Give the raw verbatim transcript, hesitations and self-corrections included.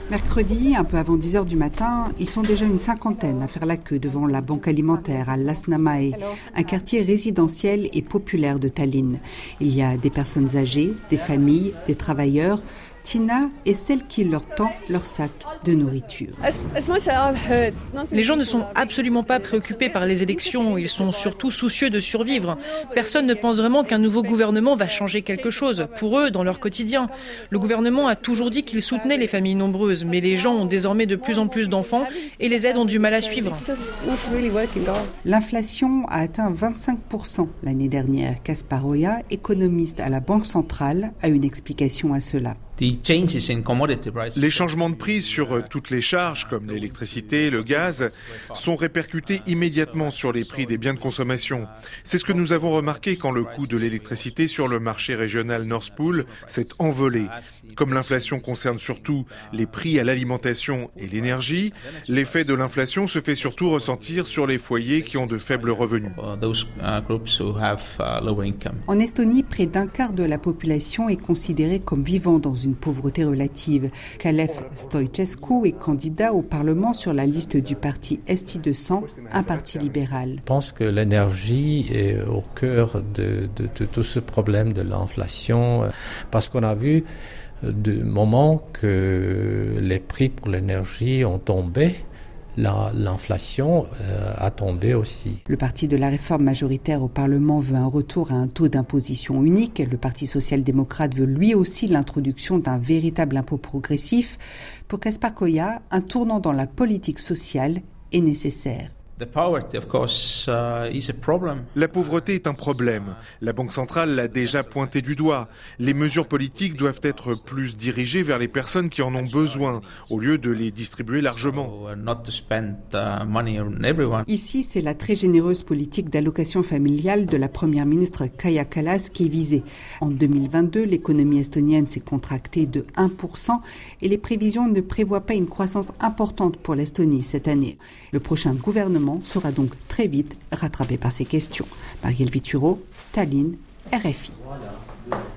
Mercredi, un peu avant dix heures du matin, ils sont déjà une cinquantaine à faire la queue devant la banque alimentaire à Lasnamäe, un quartier résidentiel et populaire de Tallinn. Il y a des personnes âgées, des familles, des travailleurs. Tina est celle qui leur tend leur sac de nourriture. Les gens ne sont absolument pas préoccupés par les élections, ils sont surtout soucieux de survivre. Personne ne pense vraiment qu'un nouveau gouvernement va changer quelque chose, pour eux, dans leur quotidien. Le gouvernement a toujours dit qu'il soutenait les familles nombreuses, mais les gens ont désormais de plus en plus d'enfants et les aides ont du mal à suivre. L'inflation a atteint vingt-cinq pour cent l'année dernière. Kaspar Oja, économiste à la Banque centrale, a une explication à cela. Les changements de prix sur toutes les charges, comme l'électricité, le gaz, sont répercutés immédiatement sur les prix des biens de consommation. C'est ce que nous avons remarqué quand le coût de l'électricité sur le marché régional Nord Pool s'est envolé. Comme l'inflation concerne surtout les prix à l'alimentation et l'énergie, l'effet de l'inflation se fait surtout ressentir sur les foyers qui ont de faibles revenus. En Estonie, près d'un quart de la population est considérée comme vivant dans une pauvreté relative. Kalev Stoicescu est candidat au Parlement sur la liste du parti S T deux cents, un parti libéral. Je pense que l'énergie est au cœur de, de, de tout ce problème de l'inflation, parce qu'on a vu du moment que les prix pour l'énergie ont tombé, La, l'inflation euh, a tombé aussi. Le parti de la réforme majoritaire au Parlement veut un retour à un taux d'imposition unique. Le parti social-démocrate veut lui aussi l'introduction d'un véritable impôt progressif. Pour Kaspar Oja, un tournant dans la politique sociale est nécessaire. La pauvreté est un problème. La Banque centrale l'a déjà pointé du doigt. Les mesures politiques doivent être plus dirigées vers les personnes qui en ont besoin, au lieu de les distribuer largement. Ici, c'est la très généreuse politique d'allocation familiale de la première ministre Kaja Kallas qui est visée. En deux mille vingt-deux, l'économie estonienne s'est contractée de un pour cent et les prévisions ne prévoient pas une croissance importante pour l'Estonie cette année. Le prochain gouvernement sera donc très vite rattrapé par ces questions. Marielle Vituro, Tallinn, R F I.